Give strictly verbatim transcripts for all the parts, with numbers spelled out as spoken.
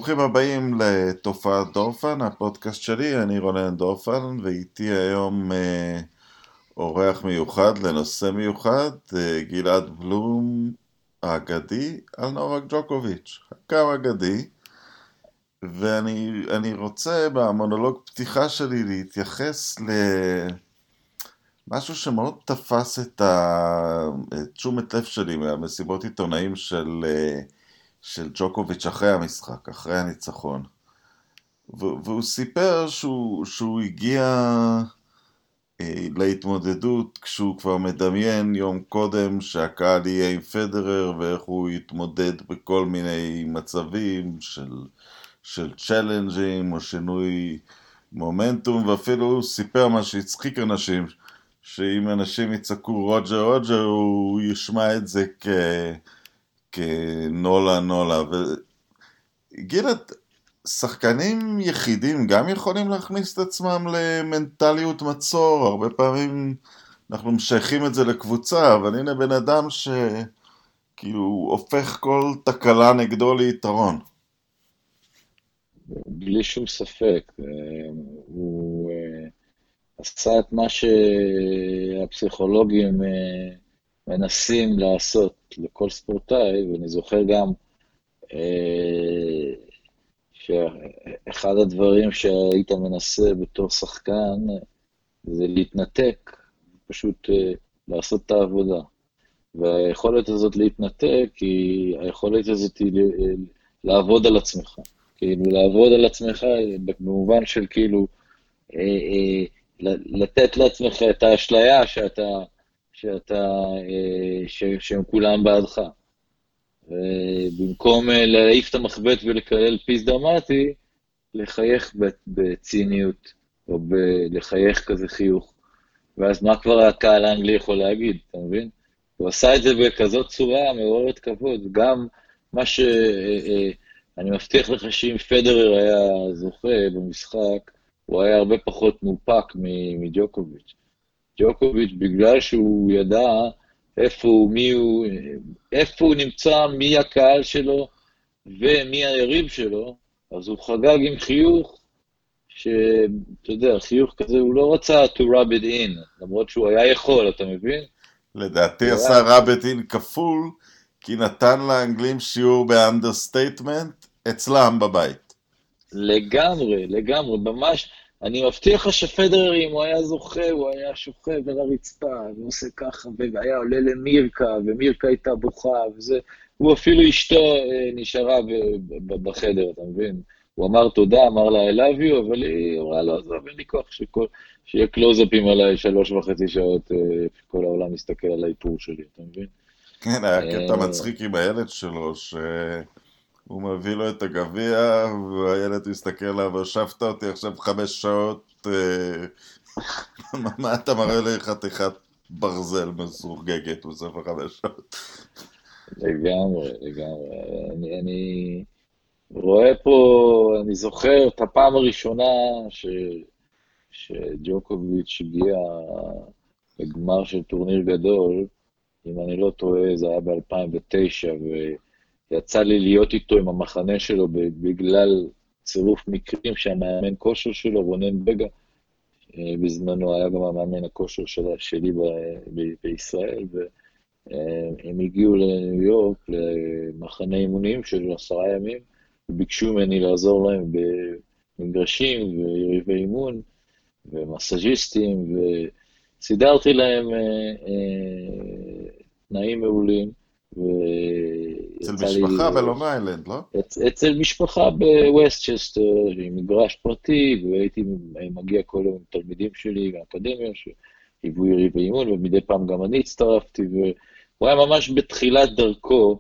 ברוכים הבאים לתופעת דורפן, הפודקאסט שלי, אני רונן דורפן, ואיתי היום אה, אורח מיוחד לנושא מיוחד, אה, גלעד בלום האגדי על נובק ג'וקוביץ', גם אגדי, ואני אני רוצה במונולוג פתיחה שלי להתייחס למשהו שמאוד תפס את, ה... את תשומת לב שלי מהמסיבות עיתונאים של... אה, של ג'וקוביץ' אחרי המשחק, אחרי הניצחון. והוא סיפר שהוא, שהוא הגיע אה, להתמודדות כשהוא כבר מדמיין יום קודם שהקהל יהיה עם פדרר ואיך הוא יתמודד בכל מיני מצבים של, של צ'לנג'ים או שינוי מומנטום, ואפילו הוא סיפר מה שהצחיק אנשים, שאם אנשים יצעקו רוג'ר רוג'ר הוא ישמע את זה כ... כנולה נולה. וגילד, שחקנים יחידים גם יכולים להכניס את עצמם למנטליות מצור, הרבה פעמים אנחנו משייכים את זה לקבוצה, אבל הנה בן אדם שכאילו הופך כל תקלה נגדו ליתרון. בלי שום ספק, הוא עשה את מה שהפסיכולוגים מנסים לעשות לכל ספורטאי, ואני זוכר גם שאחד הדברים שהיית מנסה בתור שחקן זה להתנתק, פשוט לעשות את העבודה. והיכולת הזאת להתנתק היא, היכולת הזאת היא לעבוד על עצמך. כאילו לעבוד על עצמך במובן של כאילו לתת לעצמך את האשליה שאתה, שאתה, ש, שהם כולם בעדך. במקום להעיף את המחבט ולקלל פיס דרמטי, לחייך בציניות, או לחייך כזה חיוך. ואז מה כבר הקהל האנגלי יכול להגיד, אתה מבין? הוא עשה את זה בכזאת צורה מעוררת כבוד. גם מה ש... אני מבטיח לך שאם פדרר היה זוכה במשחק, הוא היה הרבה פחות מופק מג'וקוביץ'. ג'וקוביץ', בגלל שהוא ידע איפה הוא, מי הוא, איפה הוא נמצא, מי הקהל שלו ומי היריב שלו, אז הוא חגג עם חיוך, שאתה יודע, חיוך כזה, הוא לא רצה to rub it in, למרות שהוא היה יכול, אתה מבין? לדעתי עשה rub it in כפול, כי נתן לאנגלים שיעור באנדרסטייטמנט אצלם בבית. לגמרי, לגמרי, ממש. אני מבטיח לך שפדרר, אם הוא היה זוכה, הוא היה שוכב על הרצפה, ועושה ככה, והיה עולה למירקה, ומירקה הייתה בוכה, וזה, הוא אפילו אשתו נשארה בחדר, אתה מבין? הוא אמר תודה, אמר לה I love you, אבל היא אמרה לו, עזוב, אין לי כוח שיהיה קלוזאפים עליי שלוש וחצי שעות, כל העולם מסתכל על האיפור שלי, אתה מבין? כן, היה קטע מצחיק עם הילד שלו, שהוא מביא לו את הגביע, והילד מסתכל עליו, והשבת אותי עכשיו חמש שעות, מה אתה מראה לי חתיכת ברזל מסורגגת בסוף החמש שעות? לגמרי, לגמרי. אני, אני רואה פה, אני זוכר את הפעם הראשונה ש, שג'וקוביץ' הגיע לגמר של טורניר גדול, אם אני לא טועה, זה היה ב-אלפיים ותשע, ויצא לי להיות איתו עם המחנה שלו בגלל צירוף מקרים שהמאמן כושר שלו, רונן בגה, בזמנו היה גם המאמן הכושר של, שלי ב, ב, בישראל, והם הגיעו לניו יורק למחנה אימונים של עשרה ימים, וביקשו ממני לעזור להם במגרשים ויריבי אימון, ומסאז'יסטים, וסידרתי להם תנאים מעולים. אצל משפחה בלונג איילנד, לא? אצל משפחה בווסטצ'סטר, עם מגרש פרטי, והייתי מגיע כל יום עם תלמידים שלי מהאקדמיה, שהיוו יריבי אימון, ומדי פעם גם אני הצטרפתי, והוא היה ממש בתחילת דרכו,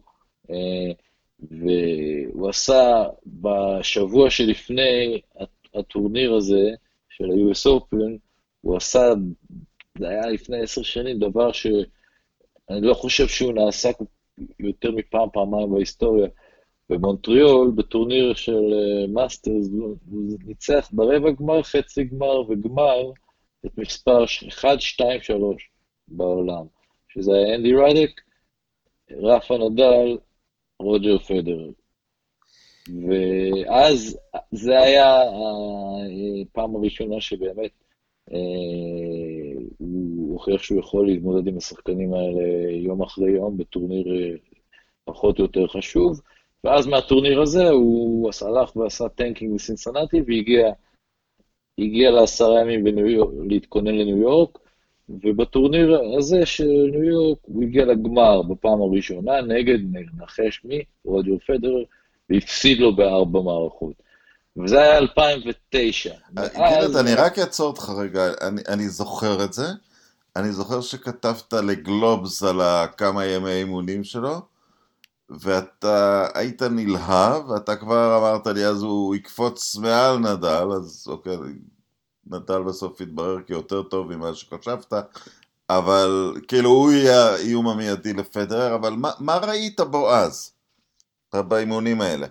והוא עשה בשבוע שלפני הטורניר הזה, של ה-יו אס Open, הוא עשה, זה היה לפני עשר שנים, דבר שאני לא חושב שהוא נעשה יותר מפעם, פעמיים בהיסטוריה. במונטריאול, בטורניר של מאסטרס, הוא ניצח ברבע גמר, חצי גמר וגמר, את מספר אחת, שתיים, שלוש בעולם. שזה היה אנדי רדיק, רפה נדל, רוג'ר פדרר. ואז זה היה הפעם הראשונה שבאמת אה, הוא הוכיח שהוא יכול להתמודד עם השחקנים האלה יום אחרי יום בטורניר אה, פחות או יותר חשוב, ואז מהטורניר הזה הוא הלך ועשה טנקינג בסינסנטי והגיע הגיע לעשרה ימים בניו יורק, להתכונן לניו יורק, ובטורניר הזה של ניו יורק הוא הגיע לגמר בפעם הראשונה נגד, נחש מי? רוג'ר פדרר, והפסיד לו בארבע מערכות. וזה היה אלפיים ותשע. גלעד, ואז... אני רק אעצור אותך רגע, אני, אני זוכר את זה, אני זוכר שכתבת לגלובס על כמה ימי אימונים שלו, ואתה היית נלהב, ואתה כבר אמרת לי, אז הוא יקפוץ מעל נדל, אז אוקיי, נדל בסוף התברר כיותר טוב ממה שחשבת, אבל כאילו הוא יהיה האיום המיידי לפדרר, אבל מה, מה ראית בו אז, באימונים האלה?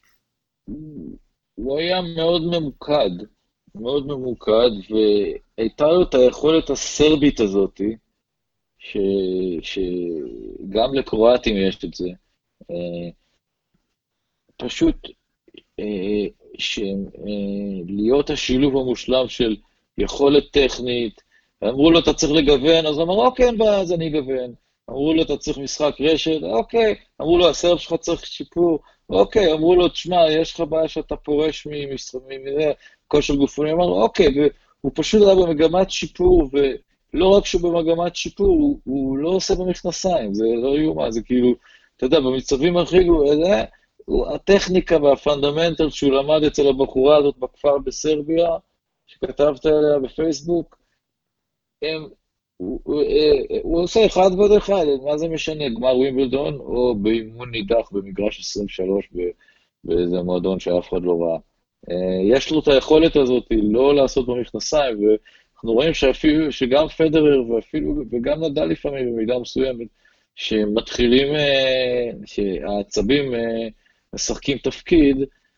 הוא היה מאוד ממוקד, מאוד ממוקד, והייתה לו את היכולת הסרבית הזאת, ש... שגם לקרואטים יש את זה, אה, פשוט אה, ש... אה, להיות השילוב המושלם של יכולת טכנית, אמרו לו אתה צריך לגוון, אז הוא אמר אוקיי, אין בעיה, אז אני אגוון. אמרו לו אתה צריך משחק רשת, אוקיי. אמרו לו הסרב שלך צריך שיפור, אוקיי. אמרו לו תשמע, יש לך בעיה שאתה פורש מכושר גופני, אמר אוקיי, והוא פשוט היה במגמת שיפור, ולא רק שהוא במגמת שיפור, הוא, הוא לא עושה במכנסיים, זה לא יאומן, זה כאילו, אתה יודע, במצבים הכי גבוהים, הטכניקה והפונדמנטל שהוא למד אצל הבחורה הזאת בכפר בסרביה, שכתבת עליה בפייסבוק, הם, הוא, הוא, הוא עושה אחד ועוד אחד, מה זה משנה, גמר ווימבלדון, או באימון נידח במגרש עשרים ושלוש באיזה מועדון שאף אחד לא ראה. יש לו את היכולת הזאת לא לעשות במכנסיים, ואנחנו רואים שאפילו, שגם פדרר ואפילו, וגם נדל לפעמים במידה מסוימת, שמתחילים, שהעצבים משחקים תפקיד,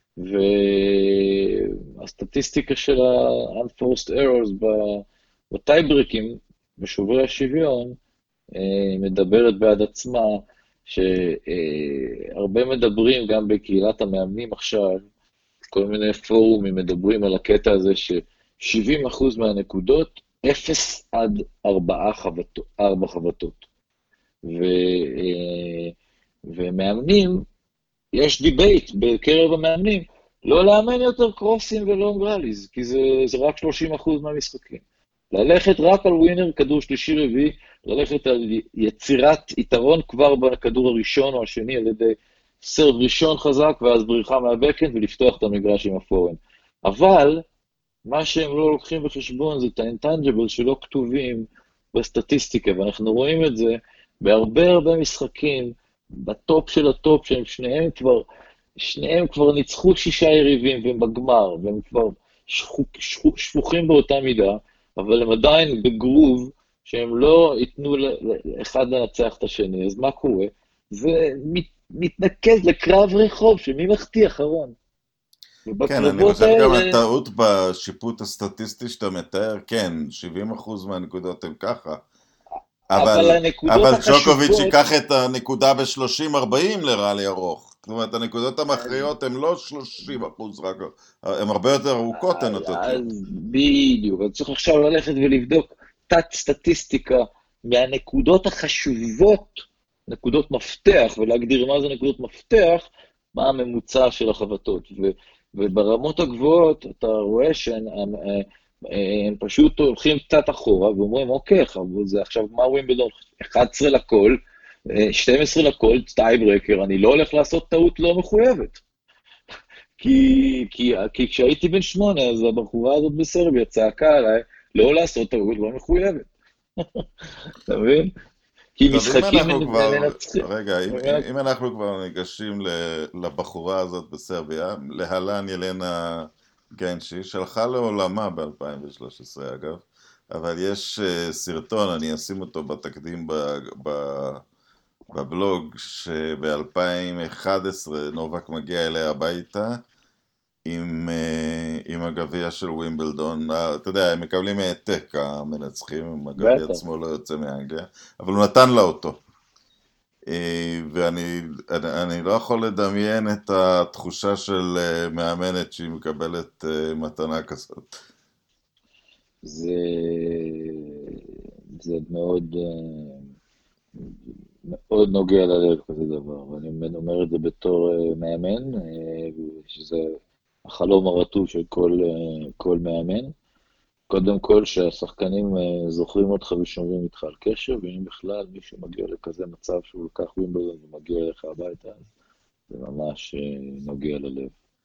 והסטטיסטיקה של ה-unforced errors בטייבריקים, בשוברי השוויון, מדברת בעד עצמה, שהרבה מדברים גם בקהילת המאמנים עכשיו, כל מיני פורומים מדברים על הקטע הזה ש-שבעים אחוז מהנקודות, אפס עד ארבע חבטות. ו, ומאמנים, יש דיבייט בקרב המאמנים, לא לאמן יותר קרוסים ולונג ראליז, כי זה, זה רק שלושים אחוז מהמשחקים. ללכת רק על ווינר, כדור שלישי רביעי, ללכת על יצירת יתרון כבר בכדור הראשון או השני, על ידי סרב ראשון חזק, ואז בריחה מהבקן ולפתוח את המגרש עם הפורן. אבל, מה שהם לא לוקחים בחשבון זה את האינטנג'בל שלא כתובים בסטטיסטיקה, ואנחנו רואים את זה בהרבה הרבה משחקים, בטופ של הטופ, שהם שניהם כבר, שניהם כבר ניצחו שישה יריבים, והם בגמר, והם כבר שחוק, שחוק, שפוכים באותה מידה, אבל הם עדיין בגרוב, שהם לא ייתנו לאחד לנצח את השני, אז מה קורה? זה מת, מתנקז לקרב רחוב, שמי מחטיא אחרון. כן, אני חושב האלה... גם הטעות בשיפוט הסטטיסטי שאתה מתאר, כן, שבעים אחוז מהנקודות הם ככה, אבל, אבל ג'וקוביץ' ייקח את הנקודה ב-שלושים ארבעים לרלי ארוך. זאת אומרת, הנקודות המכריעות הן לא שלושים אחוז רק, הן הרבה יותר ארוכות הנותות. אז בדיוק, אז צריך עכשיו ללכת ולבדוק תת סטטיסטיקה מהנקודות החשובות, נקודות מפתח, ולהגדיר מה זה נקודות מפתח, מה הממוצע של החבטות. וברמות הגבוהות אתה רואה שהן... הם פשוט הולכים קצת אחורה, ואומרים, אוקיי, זה עכשיו מה ווימבלדון, אחת עשרה לכל, שתים עשרה לכל, טייברקר, אני לא הולך לעשות טעות לא מחויבת. כי, כי, כי כשהייתי בן שמונה, אז הבחורה הזאת בסרביה צעקה עליי, לא לעשות טעות לא מחויבת. אתה מבין? כי משחקים מנצחים. רגע, אם, אם אנחנו כבר ניגשים לבחורה הזאת בסרביה, להלן ילנה... גנשי, שלחה לעולמה ב-אלפיים ושלוש עשרה אגב, אבל יש uh, סרטון, אני אשים אותו בתקדים בבלוג, שב-אלפיים ואחת עשרה נובק מגיע אליה הביתה עם, uh, עם הגביע של ווימבלדון, uh, אתה יודע, הם מקבלים העתק המנצחים, הגביע עצמו לא יוצא מאנגליה, אבל הוא נתן לה אותו. אה, ואני אני, אני לא יכול לדמיין את התחושה של אה, מאמנת שהיא מקבלת אה, מתנה כזאת. זה, זה מאוד, אה, מאוד נוגע ללב כזה דבר, ואני אומר את זה בתור אה, מאמן, אה, שזה החלום הרטוב של כל, אה, כל מאמן. קודם כל שהשחקנים אה, זוכרים אותך ושומרים איתך על קשר, ואם בכלל מישהו מגיע לכזה מצב שהוא לקח ווימבלדון ומגיע אליך הביתה, אז זה ממש אה, נוגע ללב.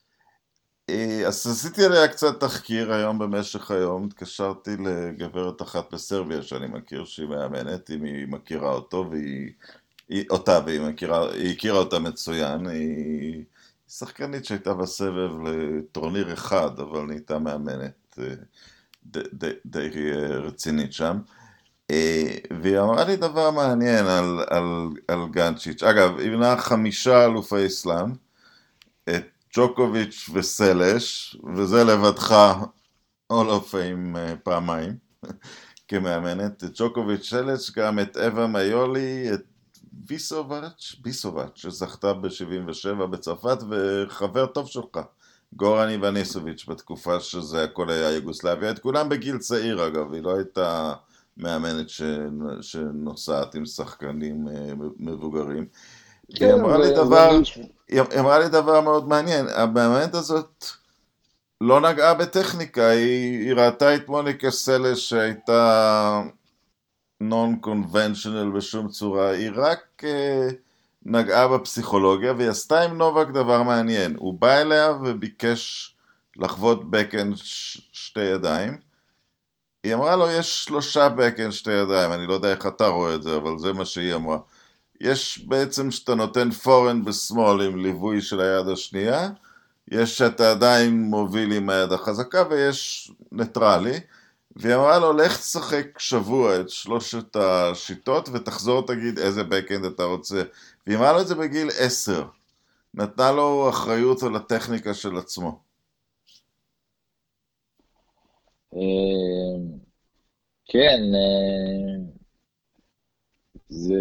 אה, אז עשיתי עליה קצת תחקיר היום במשך היום, התקשרתי לגברת אחת בסרביה שאני מכיר שהיא מאמנת, אם היא מכירה אותו והיא, היא, אותה והיא מכירה, היא הכירה אותה מצוין, היא שחקנית שהייתה בסבב לטורניר אחד, אבל נהייתה מאמנת אה, די, די, די אה, רצינית שם. אה, והיא אמרה לי דבר מעניין על, על, על גנצ'יץ'. אגב, היא בנה חמישה אלופי אסלאם, את ג'וקוביץ' וסלש, וזה לבדך הול אוף פיים פעמיים כמאמנת, את ג'וקוביץ' סלש, גם את אווה מיולי, את ויסובץ', ביסובץ', שזכתה ב-שבעים ושבע בצרפת, וחבר טוב שלך, גורן איווניסוביץ', בתקופה שזה הכל היה יוגוסלביה, את כולם בגיל צעיר אגב, היא לא הייתה מאמנת ש... שנוסעת עם שחקנים אה, מבוגרים. והיא כן, אמרה לי ו- דבר, ואני, היא אמרה לי דבר מאוד מעניין, המאמנת הזאת לא נגעה בטכניקה, היא, היא ראתה את מוניקה סלש שהייתה נון קונבנשיונל בשום צורה, היא רק uh, נגעה בפסיכולוגיה, והיא עשתה עם נובק דבר מעניין, הוא בא אליה וביקש לחוות בקן ש- שתי ידיים, היא אמרה לו יש שלושה בקן שתי ידיים, אני לא יודע איך אתה רואה את זה, אבל זה מה שהיא אמרה. יש בעצם שאתה נותן פורן בשמאל עם ליווי של היד השנייה, יש שאתה עדיין מוביל עם היד החזקה ויש ניטרלי, והיא אמרה לו לך תשחק שבוע את שלושת השיטות ותחזור תגיד איזה בקאנד אתה רוצה, והיא אמרה לו את זה בגיל עשר, נתנה לו אחריות על הטכניקה של עצמו. אה, כן, אה, זה,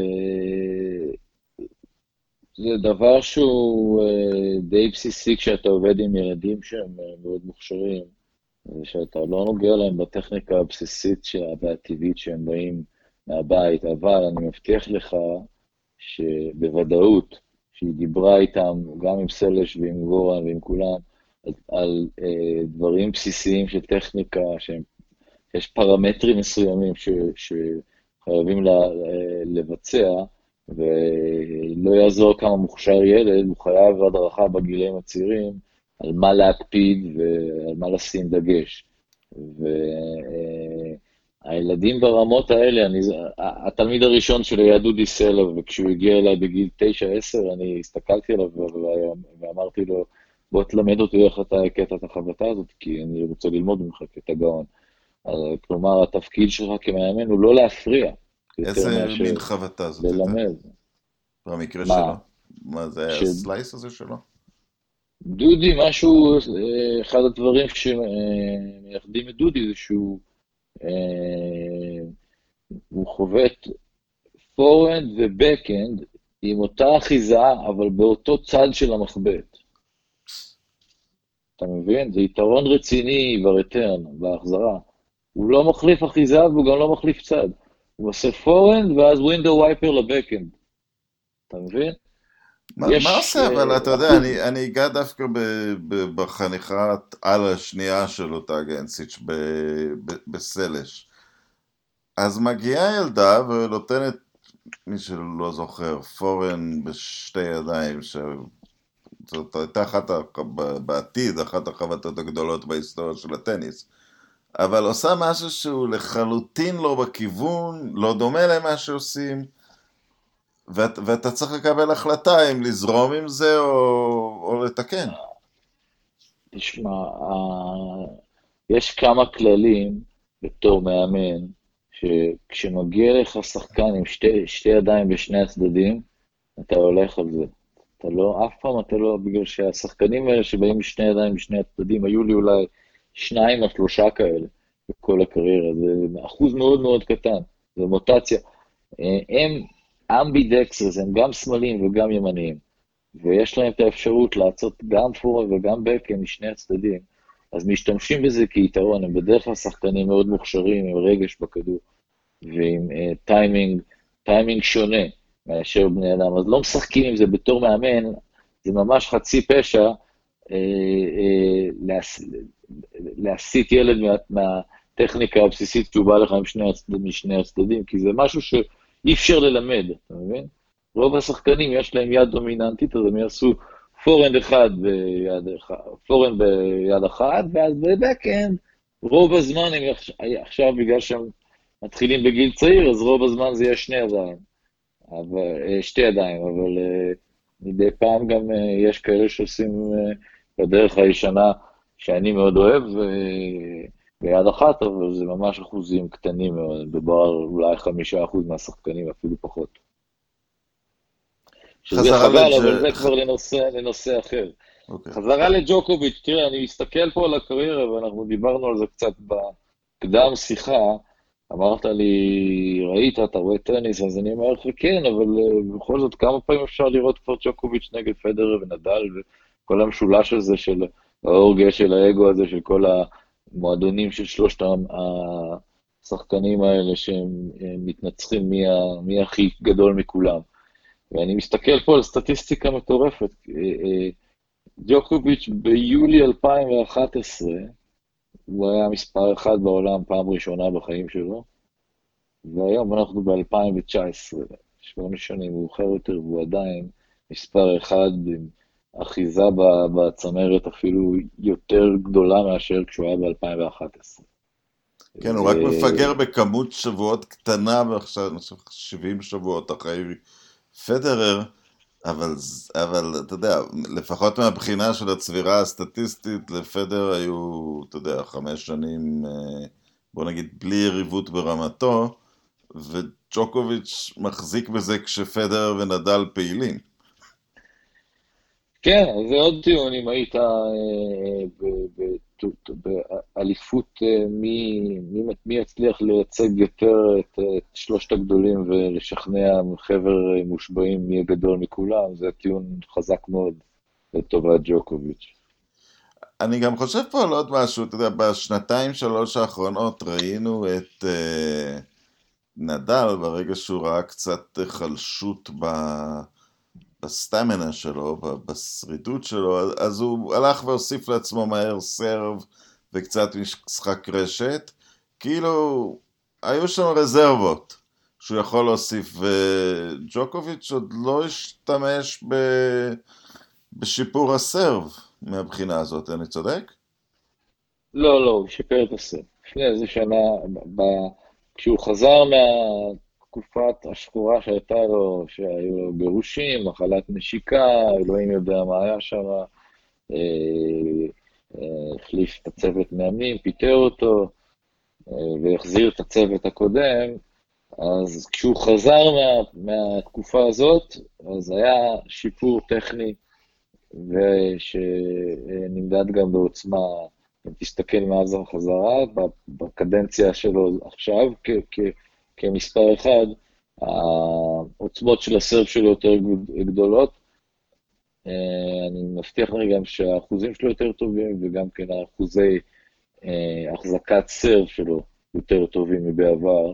זה דבר שהוא אה, די בסיסי כשאתה עובד עם ילדים שהם אה, מאוד מוכשרים, ושאתה לא נוגע להם בטכניקה הבסיסית שה- והטבעית שהם באים מהבית, אבל אני מבטיח לך שבוודאות, שהיא דיברה איתם, גם עם סלש ועם גורן ועם כולם, על, על אה, דברים בסיסיים של טכניקה, שהם, יש פרמטרים מסוימים ש, שחייבים לה, אה, לבצע, ולא יעזור כמה מוכשר ילד, הוא חייב הדרכה בגילאים הצעירים, על מה להקפיד ועל מה לשים דגש. והילדים ברמות האלה, אני, התלמיד הראשון שלי היה דודי סלע, וכשהוא הגיע אליי בגיל תשע עשר, אני הסתכלתי עליו ואמרתי לו, בוא תלמד אותי איך אתה הקטעת את החבטה הזאת, כי אני רוצה ללמוד ממך כתה גאון. כלומר, התפקיד שלך כמאמן הוא לא להפריע, יותר איזה מאשר מין חבטה זאת הייתה? ללמד. במקרה שלו? מה? מה זה היה ש... הסלייס הזה שלו? דודי, משהו, אה, אחד הדברים שמייחדים את דודי זה שהוא אה, הוא חובט פורנד ובקאנד עם אותה אחיזה, אבל באותו צד של המחבט. אתה מבין? זה יתרון רציני ברטרן, בהחזרה. הוא לא מחליף אחיזה והוא גם לא מחליף צד. הוא עושה פורנד ואז ווינדו וייפר לבקאנד. אתה מבין? מה, מה יש עושה, אבל אתה אה, יודע, אחוז. אני, אני אגע דווקא ב, ב, בחניכת על השנייה של אותה גנסיץ' ב, ב, בסלש. אז מגיעה ילדה ונותנת, מי שלא זוכר, פורן בשתי ידיים, שזאת הייתה אחת, ה- ב- בעתיד, אחת החבטות הגדולות בהיסטוריה של הטניס. אבל עושה משהו שהוא לחלוטין לא בכיוון, לא דומה למה שעושים. ואת, ואתה צריך לקבל החלטה אם לזרום עם זה או, או לתקן. תשמע, ה- יש כמה כללים בתור מאמן, שכשמגיע לך שחקן עם שתי, שתי ידיים בשני הצדדים, אתה הולך על זה. אתה לא, אף פעם אתה לא, בגלל שהשחקנים האלה שבאים בשני ידיים בשני הצדדים, היו לי אולי שניים או שלושה כאלה בכל הקריירה, זה אחוז מאוד מאוד קטן, זה מוטציה. הם, אמבידקסרס, הם גם שמאליים וגם ימניים, ויש להם את האפשרות לעשות גם פורוורד וגם בקאנד משני הצדדים, אז משתמשים בזה כיתרון, הם בדרך כלל שחקנים מאוד מוכשרים, עם רגש בכדור, ועם uh, טיימינג, טיימינג שונה מאשר בני אדם, אז לא משחקים עם זה בתור מאמן, זה ממש חצי פשע, uh, uh, להס, להסיט ילד מה, מהטכניקה הבסיסית, שהוא בא לך עם שני הצדדים, משני הצדדים, כי זה משהו שאי אפשר ללמד, אתה מבין? רוב השחקנים יש להם יד דומיננטית, אז הם יעשו פורנד אחד ביד אחד, פורנד ביד אחת, ואז בבקאנד, רוב הזמן הם עכשיו, בגלל שהם מתחילים בגיל צעיר, אז רוב הזמן זה יהיה שני ידיים, אבל, שתי ידיים, אבל מדי פעם גם יש כאלה שעושים בדרך הישנה, שאני מאוד אוהב, ביד אחת, אבל זה ממש אחוזים קטנים מאוד, מדובר אולי חמישה אחוז מהשחקנים, אפילו פחות. שזה חבל, לג'... אבל זה כבר לנושא, לנושא אחר. Okay. חזרה לג'וקוביץ', תראה, אני מסתכל פה על הקריירה, ואנחנו דיברנו על זה קצת בקדם שיחה, אמרת לי, ראית, אתה רואה טניס, אז אני אומר לך כן, אבל בכל זאת, כמה פעמים אפשר לראות כבר ג'וקוביץ' נגד פדרר ונדל, וכל המשולש הזה של האורגיה של האגו הזה, של כל המועדונים של שלושת השחקנים האלה, שהם מתנצחים מי, מי הכי גדול מכולם. ואני מסתכל פה על סטטיסטיקה מטורפת. ג'וקוביץ' ביולי אלפיים ואחת עשרה, הוא היה מספר אחד בעולם פעם ראשונה בחיים שלו, והיום אנחנו ב-אלפיים תשע עשרה, שמונה שנים מאוחר יותר, והוא עדיין מספר אחד עם אחיזה בצמרת אפילו יותר גדולה מאשר כשהוא היה ב-אלפיים ואחת עשרה. כן, הוא רק מפגר בכמות שבועות קטנה, ועכשיו שבעים שבועות אחרי פדרר, אבל, אבל אתה יודע, לפחות מהבחינה של הצבירה הסטטיסטית, לפדר היו, אתה יודע, חמש שנים, בוא נגיד, בלי יריבות ברמתו, וג'וקוביץ' מחזיק בזה כשפדר ונדל פעילים. כן, זה עוד טיעון, אם היית באליפות, מי יצליח לייצג יותר את שלושת הגדולים ולשכנע חבר מושבעים מי הגדול מכולם, זה טיעון חזק מאוד לטובת ג'וקוביץ'. אני גם חושב פה על עוד משהו, אתה יודע, בשנתיים שלוש האחרונות ראינו את נדל, ברגע שהוא ראה קצת חלשות ב... בסטמנה שלו, בשרידות שלו, אז הוא הלך והוסיף לעצמו מהר סרב וקצת משחק רשת, כאילו היו שם רזרבות שהוא יכול להוסיף, וג'וקוביץ' עוד לא השתמש ב... בשיפור הסרב מהבחינה הזאת, אני צודק? לא, לא, הוא שיפר את הסרב. לפני איזה שנה, ב... כשהוא חזר מה... תקופת השחורה שהייתה לו, שהיו לו גירושים, מחלת נשיקה, אלוהים יודע מה היה שם, אה, אה, החליף את הצוות מאמנים, פיטר אותו, אה, והחזיר את הצוות הקודם, אז כשהוא חזר מה, מהתקופה הזאת, אז היה שיפור טכני, ושנמדד גם בעוצמה, אם תסתכל מאז החזרה, בקדנציה שלו עכשיו, כ... כ כמספר אחד, העוצמות של הסרב שלו יותר גדולות, אני מבטיח לי גם שהאחוזים שלו יותר טובים, וגם כן האחוזי החזקת סרב שלו יותר טובים מבעבר,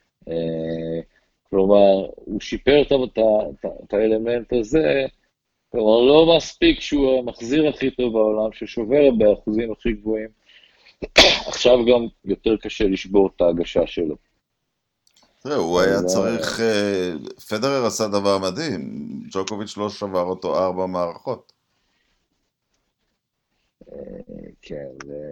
כלומר, הוא שיפר את האלמנט הזה, כלומר, לא מספיק שהוא המחזיר הכי טוב בעולם, ששובר באחוזים הכי גבוהים, עכשיו גם יותר קשה לשבור את ההגשה שלו. תראה, הוא היה צריך, פדרר עשה דבר מדהים, ג'וקוביץ' לא שבר אותו ארבע מערכות. כן,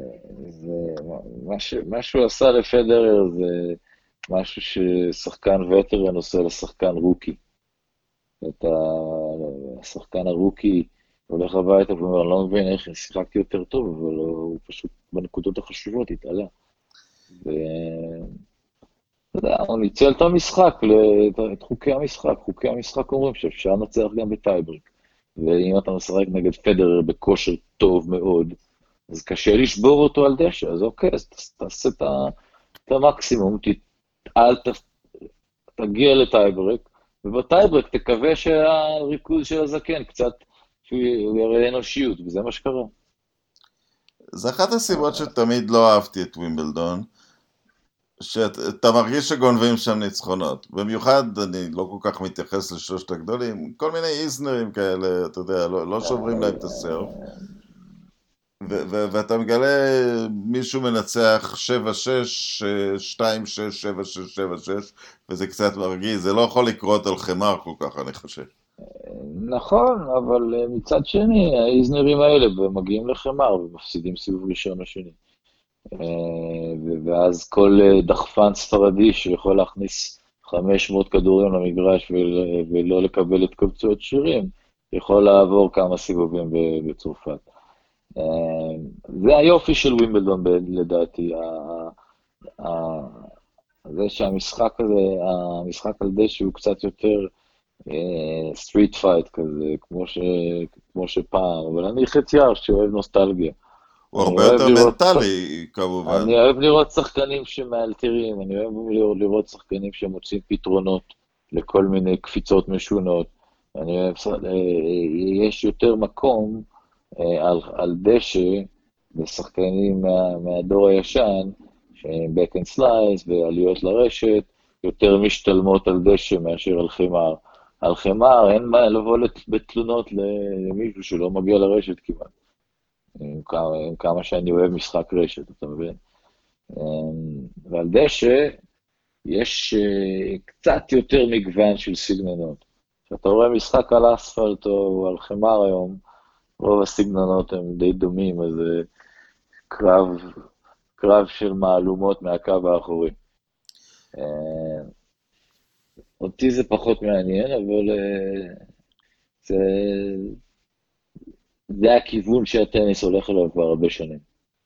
מה שהוא עשה לפדרר זה משהו ששחקן וטרן עושה לשחקן רוקי. את השחקן הרוקי הולך הביתה ואומר, אני לא מבין איך שיחקתי יותר טוב, אבל הוא פשוט בנקודות החשובות התעלה. ו... אתה יודע, הוא ניצל את המשחק, את חוקי המשחק. חוקי המשחק אומרים שאפשר לנצח גם בטייבריק. ואם אתה משחק נגד פדרר בכושר טוב מאוד, אז קשה לשבור אותו על דשא, אז אוקיי, אז תעשה את המקסימום, אל תגיע לטייבריק, ובטייברק תקווה שהריכוז של הזקן קצת, שהוא יראה אנושיות, וזה מה שקרה. זה אחת הסיבות שתמיד לא אהבתי את ווימבלדון, שאתה מרגיש שגונבים שם ניצחונות. במיוחד, אני לא כל כך מתייחס לשלושת הגדולים, כל מיני איזנרים כאלה, אתה יודע, לא, לא שוברים להם את הסרף. ו- ו- ואתה מגלה מישהו מנצח שבע שש, שתיים שש, שבע שש, שבע שש, וזה קצת מרגיש, זה לא יכול לקרות על חמר כל כך, אני חושב. נכון, אבל אה, מצד שני, האיזנרים האלה מגיעים לחמר ומפסידים סיבוב ראשון לשני. אה, ו- ואז כל אה, דחפן ספרדי שיכול להכניס חמש מאות כדורים למגרש ול- ולא לקבל את קבצות שירים, יכול לעבור כמה סיבובים ב- בצרפת. אה, זה היופי של ווימבלדון ב- לדעתי, ה- ה- זה שהמשחק הזה, המשחק על דשא הוא קצת יותר סטריט פייט כזה, כמו, ש, כמו שפעם, אבל אני חצייר שאוהב נוסטלגיה. הוא אני הרבה אוהב יותר לראות, מנטלי, כמובן. אני אוהב לראות שחקנים שמאלתרים, אני אוהב לראות, לראות שחקנים שמוצאים פתרונות לכל מיני קפיצות משונות. אני אוהב, יש יותר מקום אה, על, על דשא לשחקנים מה, מהדור הישן, שהם back and slice ועליות לרשת, יותר משתלמות על דשא מאשר על חמר. על חמר אין מה לבוא בתלונות למישהו שלא מגיע לרשת כמעט. עם כמה, עם כמה שאני אוהב משחק רשת, אתה מבין? ועל דשא יש קצת יותר מגוון של סגנונות. כשאתה רואה משחק על אספלט או על חמר היום, רוב הסגנונות הם די דומים, אז זה קרב, קרב של מהלומות מהקו האחורי. אותי זה פחות מעניין, אבל זה, זה הכיוון שהטניס הולך אליו כבר הרבה שנים.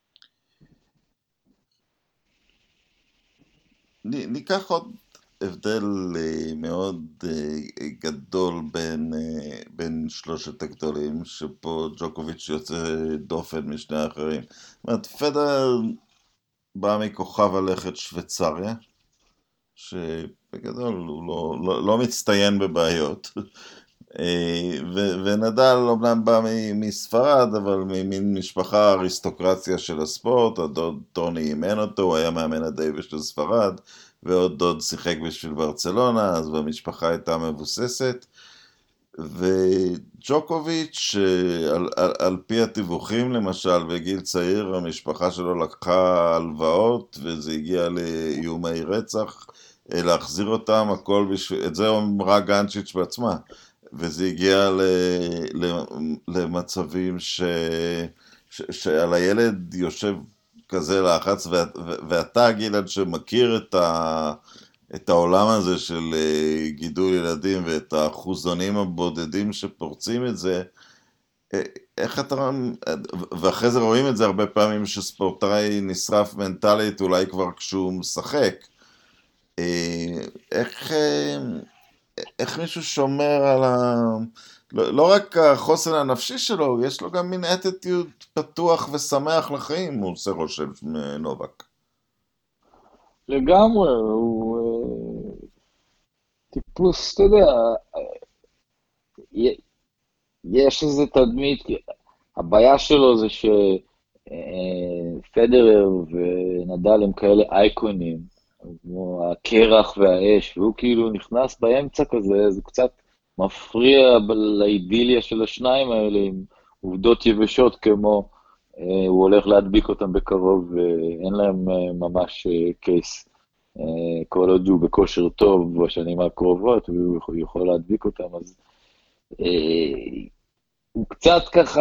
ניקח עוד הבדל מאוד גדול בין, בין שלושת הגדולים, שפה ג'וקוביץ' יוצא דופן משני האחרים. זאת אומרת, פדר בא מכוכב הלכת שוויצריה, שבגדול הוא לא, לא, לא מצטיין בבעיות, ו- ונדל אומנם בא מ- מספרד, אבל ממין משפחה אריסטוקרציה של הספורט. הדוד טוני אימן אותו, הוא היה מאמן הדייוויס של ספרד, ועוד דוד שיחק בשביל ברצלונה, אז במשפחה הייתה מבוססת. וג'וקוביץ', על, על, על פי התיווחים למשל, בגיל צעיר המשפחה שלו לקחה הלוואות, וזה הגיע לאיומי רצח, להחזיר אותם, הכל בשביל, את זה אמרה גנצ'יץ' בעצמה, וזה הגיע ל, ל, למצבים ש, ש, שעל הילד יושב כזה לחץ, ואת, ואתה גלעד שמכיר את ה... את העולם הזה של גידול ילדים ואת האחוזונים הבודדים שפורצים את זה, איך אתה, ואחרי זה רואים את זה הרבה פעמים שספורטאי נשרף מנטלית אולי כבר כשהוא משחק, איך, איך מישהו שומר על ה... לא, לא רק החוסן הנפשי שלו, יש לו גם מין אטיטיוד פתוח ושמח לחיים, הוא עושה רושם נובק. לגמרי, הוא אה, טיפוס, אתה יודע, י- יש איזה תדמית, הבעיה שלו זה שפדרר ונדל הם כאלה אייקונים, כמו הקרח והאש, והוא כאילו נכנס באמצע כזה, זה קצת מפריע ב- לאידיליה של השניים האלה, עם עובדות יבשות כמו אה, הוא הולך להדביק אותם בקרוב, ואין להם אה, ממש אה, קייס. אה, כל עוד הוא בכושר טוב בשנים הקרובות, והוא יכול, יכול להדביק אותם, אז אה, הוא קצת ככה,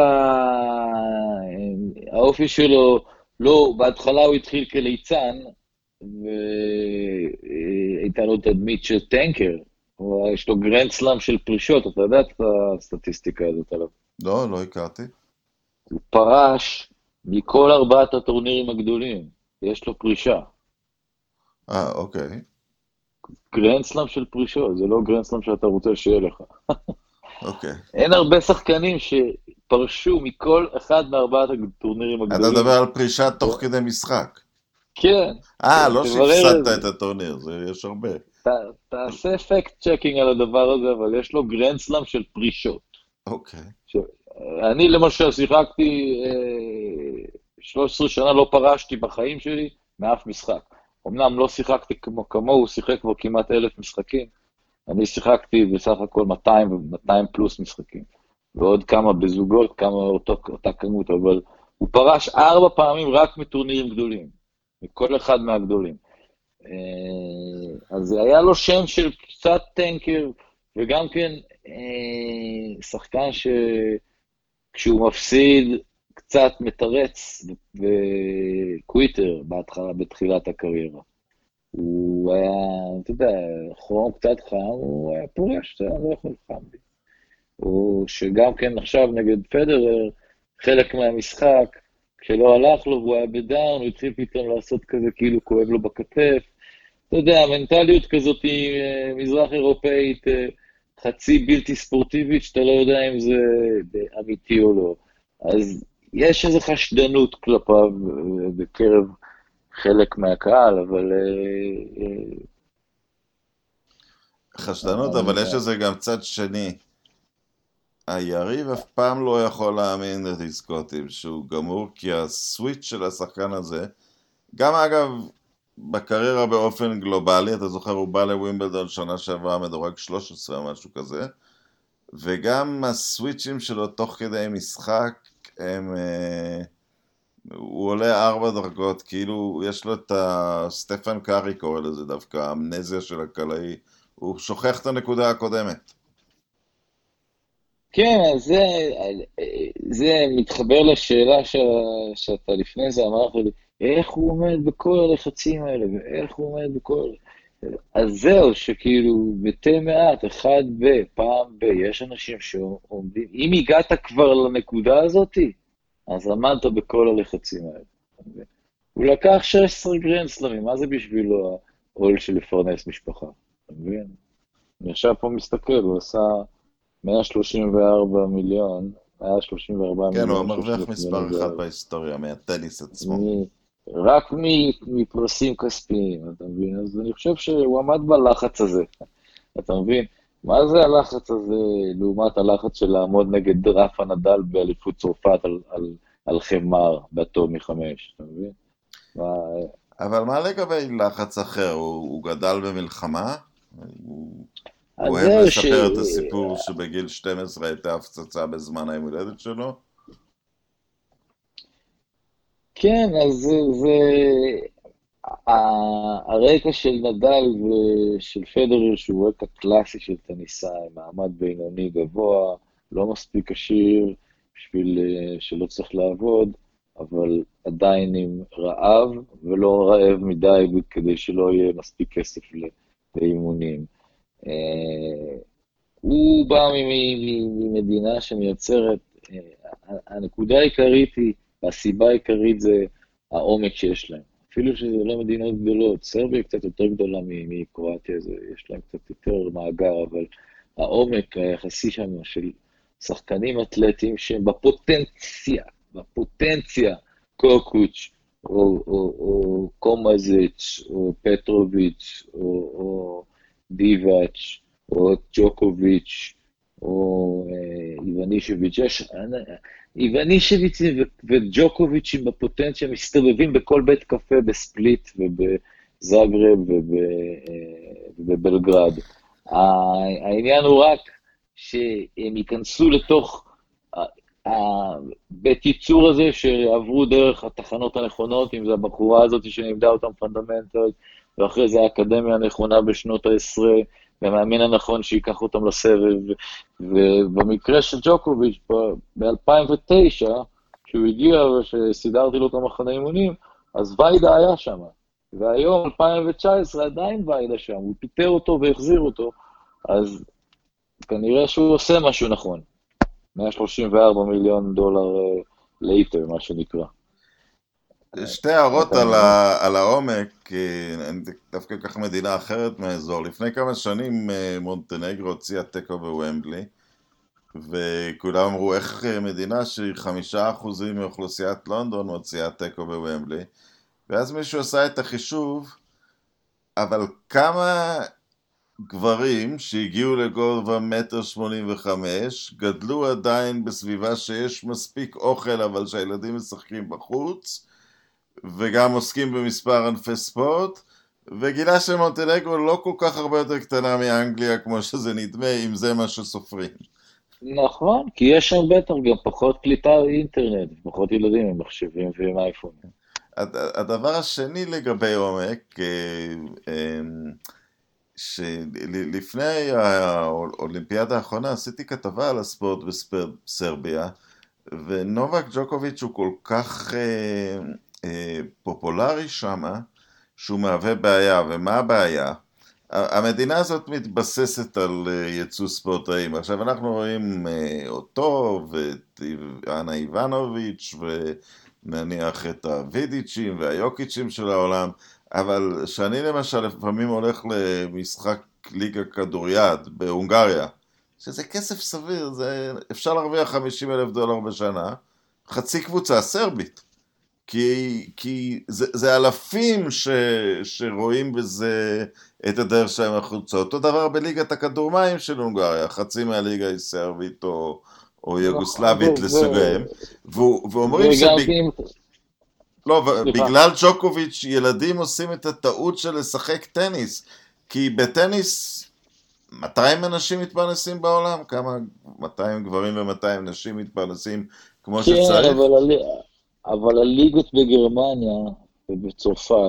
אה, האופי שלו, לא, בהתחלה הוא התחיל כליצן, והייתה לו תדמית של טנקר, הוא- יש לו גרנד סלאם של פרישות, אתה יודע את הסטטיסטיקה הזאת עליו. לא, לא הכרתי. הוא פרש מכל ארבעת הטורנירים הגדולים, יש לו פרישה. אה, אוקיי. גרנדסלאם של פרישות, זה לא גרנדסלאם שאתה רוצה שיהיה לך. אוקיי. אין הרבה שחקנים שפרשו מכל אחד מארבעת הטורנירים אתה הגדולים. מדבר על פרישה תוך כדי משחק. כן, אה, כן, לא תברר את שהפסדת את זה. הטורניר, זה יש הרבה. ת, תעשה פקט צ'קינג על הדבר הזה, אבל יש לו גרנדסלאם של פרישות. אוקיי. ש... אני למשל שיחקתי אה, שלוש עשרה שנה, לא פרשתי בחיים שלי מאף משחק. אמנם לא שיחקתי כמו כמוהו, הוא שיחק כבר כמעט אלף משחקים. אני שיחקתי בסך הכל מאתיים ו-מאתיים פלוס משחקים. ועוד כמה בזוגות, כמה אותו, אותה כמות, אבל הוא פרש ארבע פעמים רק מטורנירים גדולים. מכל אחד מהגדולים. אה, אז היה לו שם של קצת טנקר, וגם כן אה, שחקן שכשהוא מפסיד קצת מתרץ וקוויטר בהתחלה, בתחילת הקריירה. הוא היה, אתה יודע, חום קצת חם, הוא היה פורש, אתה לא יכול חם בי. או שגם כן עכשיו נגד פדרר, חלק מהמשחק, כשלא הלך לו והוא היה בדאון, הוא התחיל פתאום לעשות כזה כאילו כואב לו בכתף. אתה יודע, מנטליות כזאת היא אה, מזרח אירופאית, אה, חצי בלתי ספורטיבית, שאתה לא יודע אם זה אמיתי או לא. אז יש איזו חשדנות כלפיו אה, בקרב חלק מהקהל, אבל... אה, אה, חשדנות, אבל יש אני- לזה גם צד שני. היריב אף פעם לא יכול להאמין לדיסקוטים שהוא גמור, כי הסוויץ' של השחקן הזה, גם אגב, בקריירה באופן גלובלי, אתה זוכר, הוא בא לווימבלדון שנה שעברה מדורג שלוש עשרה או משהו כזה, וגם הסוויצ'ים שלו תוך כדי משחק, הם, אה, הוא עולה ארבע דרגות, כאילו יש לו את ה... סטפן קארי קורא לזה דווקא, האמנזיה של הקלעי, הוא שוכח את הנקודה הקודמת. כן, אז זה, זה מתחבר לשאלה ש, שאתה לפני זה אמרת לי, איך הוא עומד בכל הלחצים האלה, ואיך הוא עומד בכל... אז זהו, שכאילו, מתי מעט, אחד ב, פעם ב, יש אנשים שעומדים, אם הגעת כבר לנקודה הזאת, אז עמדת בכל הלחצים האלה. אתה מבין? הוא לקח שש עשרה גרנדסלמים, מה זה בשבילו העול של לפרנס משפחה? אתה מבין? אני עכשיו פה מסתכל, הוא עשה מאה שלושים וארבע מיליון, מאה שלושים וארבע כן, הוא מיליון המרוויח מספר אחד שלושים ושמונה, בהיסטוריה, מהטניס עצמו. מ- רק מ- מפרסים כספיים, אתה מבין? אז אני חושב שהוא עמד בלחץ הזה, אתה מבין? מה זה הלחץ הזה לעומת הלחץ של לעמוד נגד רפה נדל באליפות צרפת על, על, על חמר בתור מחמש, אתה מבין? מה, אבל מה לגבי לחץ אחר? הוא, הוא גדל במלחמה? הוא, הוא אז אוהב זהו ש... לספר את הסיפור שבגיל שתים עשרה הייתה הפצצה בזמן היום הולדת שלו? כן, אז זה, זה... ה- הרקע של נדל ושל פדרר, שהוא רקע קלאסי של טניסאי, מעמד בינוני גבוה, לא מספיק עשיר בשביל אה, שלא צריך לעבוד, אבל עדיין עם רעב, ולא רעב מדי כדי שלא יהיה מספיק כסף ל- לאימונים. אה, הוא בא מ- מ- ממדינה שמייצרת, אה, הנקודה העיקרית היא, והסיבה העיקרית זה העומק שיש להם. אפילו שזה לא מדינות גדולות, סרביה קצת יותר גדולה מ- מקרואטיה, זה- יש להם קצת יותר מאגר, אבל העומק היחסי שם של שחקנים אתלטיים שהם בפוטנציה, בפוטנציה, קוקוץ', או, או, או קומזיץ', או פטרוביץ', או, או דיבאץ', או ג'וקוביץ', או אה, איוונישביץ', יש, איוונישביץ' וג'וקוביץ'ים בפוטנציה מסתובבים בכל בית קפה בספליט ובזאגרב וב, אה, ובבלגרד. העניין הוא רק שהם ייכנסו לתוך הבית ייצור הזה שעברו דרך התחנות הנכונות, אם זה הבחורה הזאת שלימדה אותם פונדמנטל, ואחרי זה האקדמיה הנכונה בשנות העשרה, והמאמין הנכון שיקח אותם לסבב. ובמקרה של ג'וקוביץ' ב-אלפיים ותשע, כשהוא הגיע ושסידרתי לו את המחנה אימונים, אז ויידה היה שם. והיום, אלפיים תשע עשרה, עדיין ויידה שם, הוא פיטר אותו והחזיר אותו, אז כנראה שהוא עושה משהו נכון. מאה שלושים וארבע מיליון דולר לייטר, מה שנקרא. שתי הערות אתה על, מבין? ה, על העומק, כי אני דווקא אקח מדינה אחרת מהאזור. לפני כמה שנים אה, מונטנגרו הוציאה תיקו בוומבלי, וכולם אמרו איך אה, מדינה שהיא חמישה אחוזים מאוכלוסיית לונדון מוציאה תיקו בוומבלי, ואז מישהו עשה את החישוב, אבל כמה גברים שהגיעו לגובה מטר שמונים וחמש, גדלו עדיין בסביבה שיש מספיק אוכל, אבל שהילדים משחקים בחוץ, וגם עוסקים במספר ענפי ספורט, וגילה שמונטנגרו לא כל כך הרבה יותר קטנה מאנגליה, כמו שזה נדמה, אם זה מה שסופרים. נכון, כי יש שם בטח גם פחות קליטה אינטרנט, פחות ילדים עם מחשבים ועם אייפונים. הד- הדבר השני לגבי עומק, אה, אה, שלפני האולימפיאדה האחרונה עשיתי כתבה על הספורט בסרביה, ונובק ג'וקוביץ' הוא כל כך אה, אה, פופולרי שמה, שהוא מהווה בעיה. ומה הבעיה? המדינה הזאת מתבססת על אה, ייצוא ספורטאים. עכשיו אנחנו רואים אה, אותו ואת אנה איבנוביץ' ונניח את הוידיצ'ים והיוקיצ'ים של העולם, אבל שאני למשל לפעמים הולך למשחק ליגה כדוריד בהונגריה, שזה כסף סביר, זה אפשר להרוויח חמישים אלף דולר בשנה, חצי קבוצה סרבית. כי, כי זה, זה אלפים ש, שרואים בזה את הדרך שלהם החוצה. אותו דבר בליגת הכדורמים של הונגריה, חצי מהליגה היא סרבית או, או נכון, יוגוסלבית לסוגיהם, ו- ואומרים וגם שבגלל אם, לא, סליחה, בגלל ג'וקוביץ' ילדים עושים את הטעות של לשחק טניס, כי בטניס מאתיים אנשים מתפרנסים בעולם, כמה מאתיים גברים ו-מאתיים נשים מתפרנסים כמו כן, שצריך. אבל, הלי- אבל הליגות בגרמניה ובצרפת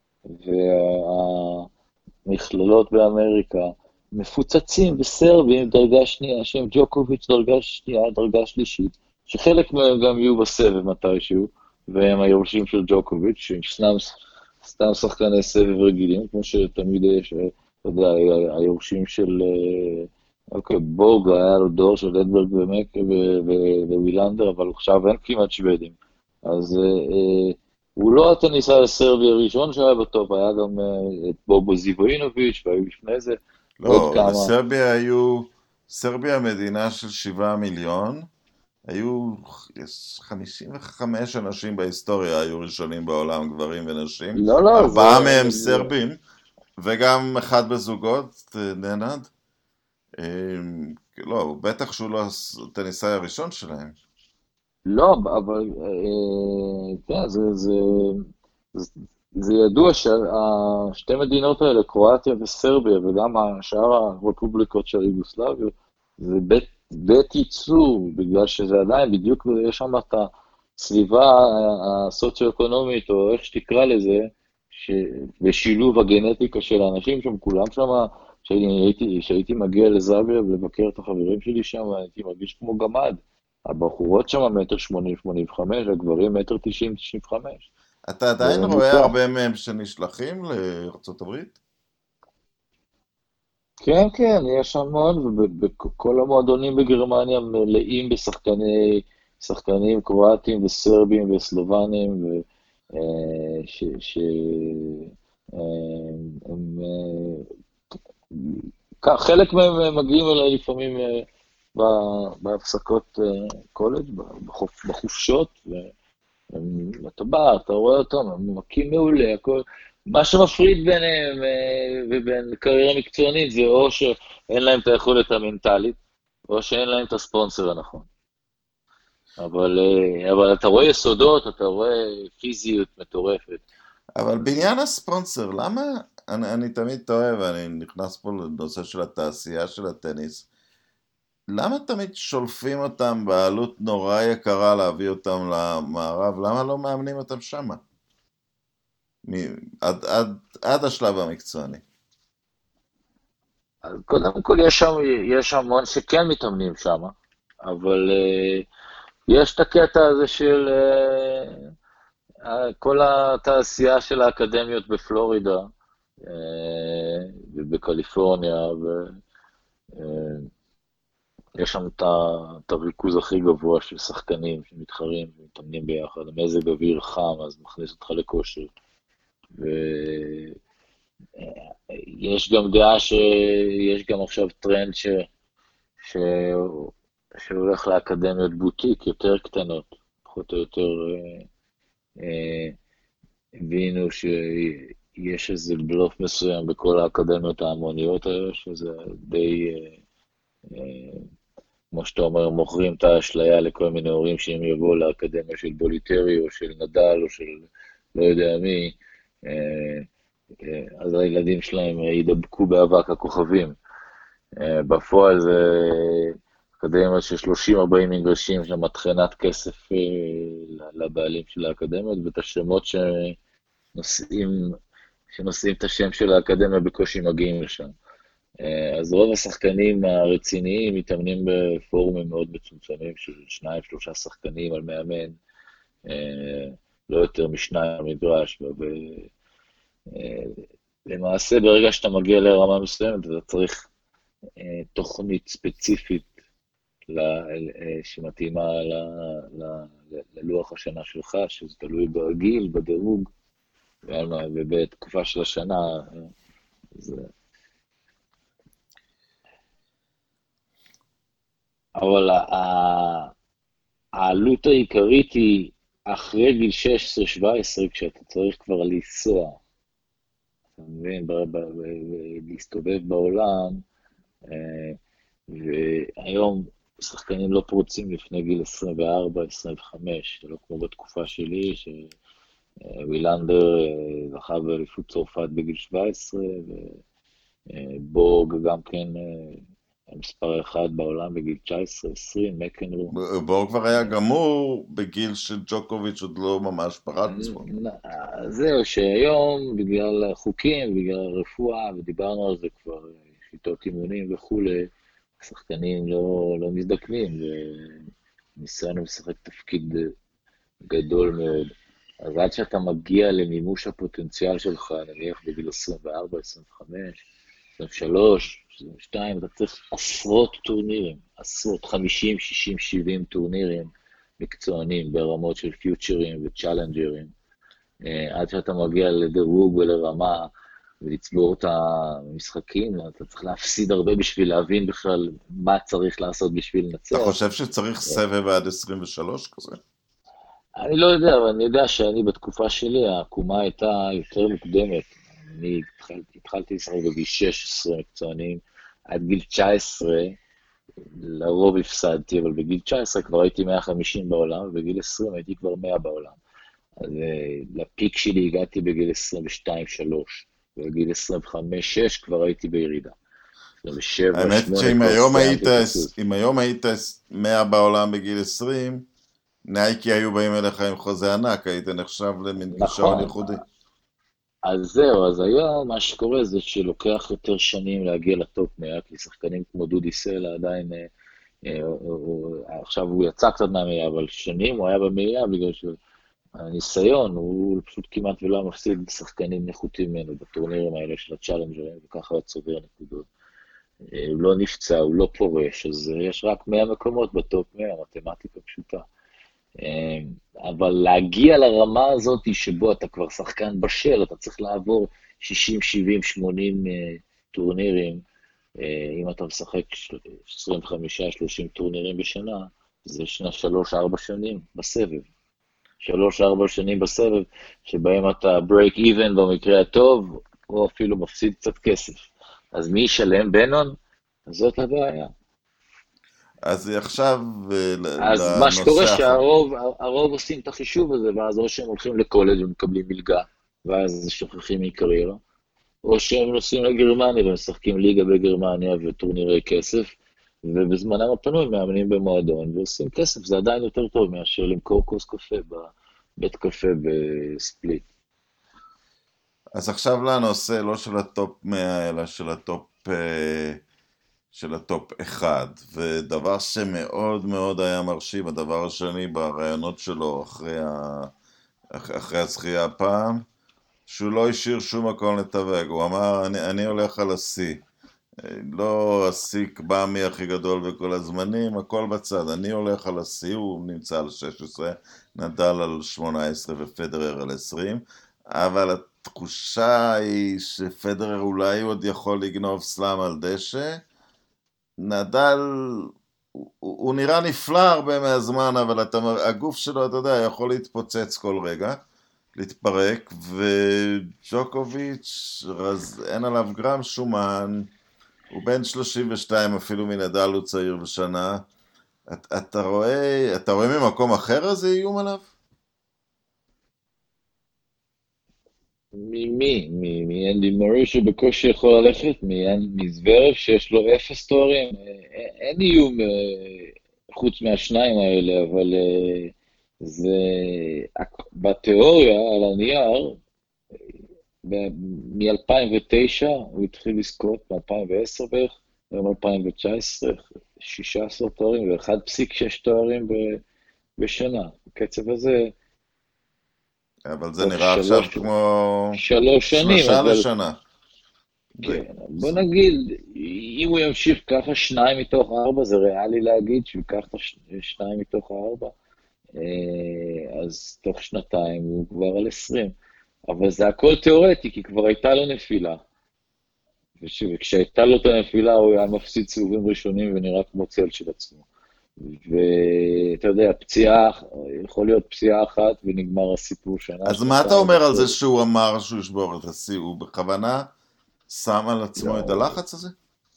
והמכללות באמריקה מפוצצים בסרבים דרגה שנייה, שהם ג'וקוביץ' דרגה שנייה, דרגה שלישית, שחלק מהם גם יהיו בסבב מתישהו, והם היורשים של ג'וקוביץ', שהם סתם, סתם שחקני סבב רגילים, כמו שתמיד יש, אתה יודע, היורשים של, אה, אוקיי, בורג היה לו דור של אדברג ומק ו- ו- ווילנדר, אבל עכשיו אין כמעט שוודים. אז אה, אה, הוא לא הטניסאי הסרבי הראשון שהיה בטופ, היה גם אה, את בובו זיבוינוביץ' והיו לפני זה עוד לא, כמה. לסרביה היו, סרביה מדינה של שבעה מיליון, היו חמישים וחמישה אנשים בהיסטוריה היו ראשונים בעולם, גברים ונשים, לא, לא, זה, ארבעה מהם זה סרבים, וגם אחד בזוגות, ננד. אמ, לא, הוא בטח שהוא לא הטניסאי הראשון שלהם. לא, אבל אה, כן, זה, זה, זה, זה ידוע שהשתי מדינות האלה, קרואטיה וסרביה, וגם שאר הרפובליקות של יוגוסלביה, זה בית, בית ייצור, בגלל שזה עדיין, בדיוק יש שם את הסביבה הסוציו-אקונומית, או איך שתקרא לזה, ש, ושילוב הגנטיקה של האנשים שם, כולם שם, כשהייתי, כשהייתי מגיע לזאגרב לבקר את החברים שלי שם, הייתי מרגיש כמו גמד. הבחורות שם מטר שמונים, שמונים וחמש, הגברים מטר תשעים, תשעים וחמש. אתה זה עדיין רואה מוזר. הרבה מהם שנשלחים לארצות הברית? כן, כן, יש המון, וכל המועדונים בגרמניה מלאים בשחקני, שחקנים קרואטים וסרבים וסלובנים, ו, אה, ש, ש, אה, הם, אה, כ- חלק מהם מגיעים אליי לפעמים אה, ב- בהפסקות אה, קולג', בחופ- בחופשות, אתה בא, אתה רואה אותם, הם מכים מעולה, הכל. מה שמפריד ביניהם אה, ובין קריירה מקצוענית זה או שאין להם את היכולת המנטלית, או שאין להם את הספונסר הנכון. אבל, אה, אבל אתה רואה יסודות, אתה רואה פיזיות מטורפת. אבל אז בעניין הספונסר, למה, אני, אני תמיד טועה ואני נכנס פה לנושא של התעשייה של הטניס, למה תמיד שולפים אותם בעלות נורא יקרה להביא אותם למערב? למה לא מאמנים אותם שמה? מ- עד, עד, עד השלב המקצועני. אז קודם כל יש שם, יש המון שכן מתאמנים שם, אבל אה, יש את הקטע הזה של אה, כל התעשייה של האקדמיות בפלורידה, אה, ובקליפורניה, ויש שם את ה- את הריכוז הכי גבוה של שחקנים שמתחרים ומתאמנים ביחד, המזג אוויר חם, אז מכניס אותך לכושר. ויש גם דעה שיש גם עכשיו טרנד ש... ש... שהולך לאקדמיות בוטיק יותר קטנות, פחות או יותר, אה, אה, הבינו שיש איזה בלוף מסוים בכל האקדמיות ההמוניות האלה, שזה די, אה, אה, כמו שאתה אומר, מוכרים את האשליה לכל מיני הורים שהם יבואו לאקדמיה של בוליטרי או של נדל או של לא יודע מי, אה, אה, אז הילדים שלהם ידבקו באבק הכוכבים. אה, בפועל זה אקדמיה של שלושים ארבעים מגרשים של מטחנת כסף אה, לבעלים של האקדמיות, ואת השמות שנושאים, שנושאים את השם של האקדמיה בקושי מגיעים לשם. אה, אז רוב השחקנים הרציניים מתאמנים בפורומים מאוד מצומצמים של שניים, שלושה שחקנים על מאמן, אה, לא יותר משניים במגרש, ולמעשה ברגע שאתה מגיע לרמה מסוימת, אתה צריך אה, תוכנית ספציפית ל- אה, שמתאימה ל- ל- ללוח השנה שלך, שזה תלוי בגיל, בדירוג, ועל- ובתקופה של השנה. אה, זה... אבל ה- העלות העיקרית היא אחרי גיל שש עשרה שבע עשרה, כשאתה צריך כבר לנסוע, אתה מבין, ב- ב- ב- להסתובב בעולם, אה, והיום שחקנים לא פרוצים לפני גיל עשרים וארבע עשרים וחמש, זה לא כמו בתקופה שלי, שווילנדר אה, זכה באליפות צרפת בגיל שבע עשרה, ובורג גם כן אה, מספר אחד בעולם בגיל תשע עשרה עשרים, מקנרו. בואו כבר היה גמור בגיל שג'וקוביץ' עוד לא ממש פרץ בו. זהו, שהיום בגלל החוקים, בגלל הרפואה, ודיברנו על זה כבר, שיטות אימונים וכולי, השחקנים לא, לא מזדקנים, וניסיון משחק תפקיד גדול מאוד. אז עד שאתה מגיע למימוש הפוטנציאל שלך, נניח בגיל עשרים וארבע, עשרים וחמש, עשרים ושלוש, עשרים ושתיים, אתה צריך עשרות טורנירים, עשרות, חמישים, שישים, שבעים טורנירים מקצוענים ברמות של פיוטרים וצ'אלנג'רים, אה, עד שאתה מגיע לדירוג ולרמה ולצבור את המשחקים, אתה צריך להפסיד הרבה בשביל להבין בכלל מה צריך לעשות בשביל אתה לנצח. חושב שצריך סבב עד עשרים ושלוש כזה? אני לא יודע, אבל אני יודע שאני בתקופה שלי, העקומה הייתה יותר מוקדמת. אני התחלתי, התחלתי לשחק בגיל שש עשרה מקצוענים, עד גיל תשע עשרה, לרוב הפסדתי, אבל בגיל תשע עשרה כבר הייתי מאה וחמישים בעולם, ובגיל עשרים הייתי כבר מאה בעולם. אז uh, לפיק שלי הגעתי בגיל עשרים ושתיים שלוש, ובגיל עשרים וחמש שש כבר הייתי בירידה. עשרים ושבע האמת שמונה שאם כבר היום היית, סיימתי את הטוס. אם היום היית מאה בעולם בגיל עשרים, נייקי היו באים אליך עם חוזה ענק, היית נחשב למין כישרון נכון, ייחודי. אז זהו, אז היום מה שקורה זה שלוקח יותר שנים להגיע לטופ מאה, כי שחקנים כמו דודי סלע עדיין, אה, אה, הוא, הוא, עכשיו הוא יצא קצת מהמאה, אבל שנים הוא היה במאה בגלל שהניסיון, הוא פשוט כמעט ולא מפסיד שחקנים נחותים ממנו בטורנירים האלה של הצ'אלנג'רים, וככה הוא צובר נקודות. אה, הוא לא נפצע, הוא לא פורש, אז אה, יש רק מאה מקומות בטופ מאה, מתמטיקה פשוטה. אמ, אבל להגיע לרמה הזאת שבו אתה כבר שחקן בשל, אתה צריך לעבור שישים, שבעים, שמונים אה, טורנירים, אה, אם אתה משחק עשרים וחמש שלושים טורנירים בשנה, זה שנה שלוש ארבע שנים בסבב. שלוש ארבע שנים בסבב, שבהם אתה break even במקרה הטוב, או אפילו מפסיד קצת כסף. אז מי ישלם בנון? זאת הבעיה. אז עכשיו אה, ל- אז מה שקורה לנושא האחרון. שהרוב הרוב עושים את החישוב הזה, ואז או שהם הולכים לקולג' ומקבלים מלגה, ואז שוכחים מקריירה, או שהם נוסעים לגרמניה ומשחקים ליגה בגרמניה וטורנירי כסף, ובזמנם הפנוי מאמנים במועדון ועושים כסף. זה עדיין יותר טוב מאשר למכור כוס קפה בבית קפה בספליט. אז עכשיו לנושא לא של הטופ מאה אלא של הטופ אה, של הטופ אחד, ודבר שמאוד מאוד היה מרשים, הדבר השני ברעיונות שלו אחרי, ה... אח- אחרי הזכייה הפעם, שהוא לא השאיר שום מקום לתווך, הוא אמר אני, אני הולך על השיא, לא השיא קב"מי הכי גדול בכל הזמנים, הכל בצד, אני הולך על השיא, הוא נמצא על שש עשרה, נדל על שמונה עשרה ופדרר על עשרים, אבל התחושה היא שפדרר אולי עוד יכול לגנוב סלאם על דשא, נדל, הוא, הוא נראה נפלא הרבה מהזמן, אבל אתה, הגוף שלו, אתה יודע, יכול להתפוצץ כל רגע. להתפרק, וג'וקוביץ', רז, אין עליו גרם שומן, הוא בן שלושים ושתיים, אפילו מנדל הוא צעיר בשנה. את, אתה רואה, אתה רואה ממקום אחר איזה איום עליו? ממי? מ- מאנדי מורי שבקושי יכול ללכת? מזוורב שיש לו אפס תוארים? אה, אין איום אה, חוץ מהשניים האלה, אבל אה, זה בתיאוריה, על הנייר, מ-אלפיים ותשע הוא התחיל לזכות, ב-אלפיים ועשר בערך, היום אלפיים תשע עשרה, שישה עשר תוארים ו-אחד נקודה שש תוארים ב- בשנה. בקצב הזה, אבל זה תוך נראה עכשיו שלוש, כמו שלוש שנים, שלושה אבל לשנה. זה, כן, בוא נגיד, אם הוא ימשיך ככה שניים מתוך ארבע, זה ריאלי להגיד שהוא ייקח את השניים מתוך הארבע, אה, אז תוך שנתיים הוא כבר על עשרים. אבל זה הכל תיאורטי, כי כבר הייתה לו נפילה. וש- וכשהייתה לו את הנפילה, הוא היה מפסיד סיבובים ראשונים ונראה כמו צל של עצמו. ואתה יודע, פציעה, יכול להיות פציעה אחת ונגמר הסיפור שנה, אז מה אתה שנתיים, אומר על וכל... זה שהוא אמר שהוא ישבור את השיא? הוא בכוונה שם על עצמו את לא, הלחץ הזה?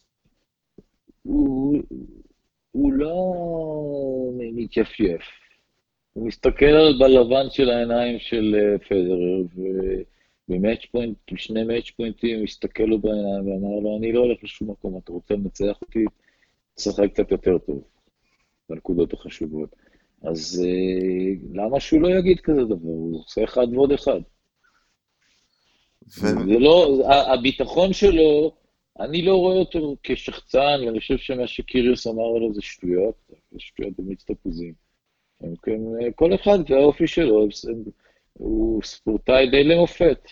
הוא, הוא לא מתייפייף. הוא מסתכל על בלבן של העיניים של אה, פדרר, ובמאץ' פוינט, בשני מאץ' פוינטים, הוא הסתכל לו בעיניים ואמר לו, אני לא הולך לשום מקום, אתה רוצה לנצח אותי, תשחק קצת יותר טוב, בנקודות החשובות. אז אה, למה שהוא לא יגיד כזה דבר? הוא עושה אחד ועוד אחד. ו... זה לא, ה- הביטחון שלו, אני לא רואה אותו כשחצן, ואני חושב שמה שקיריוס אמר עליו זה שטויות, זה שטויות במיץ תפוזים. הם כן, כל אחד והאופי שלו, הוא ספורטאי די למופת.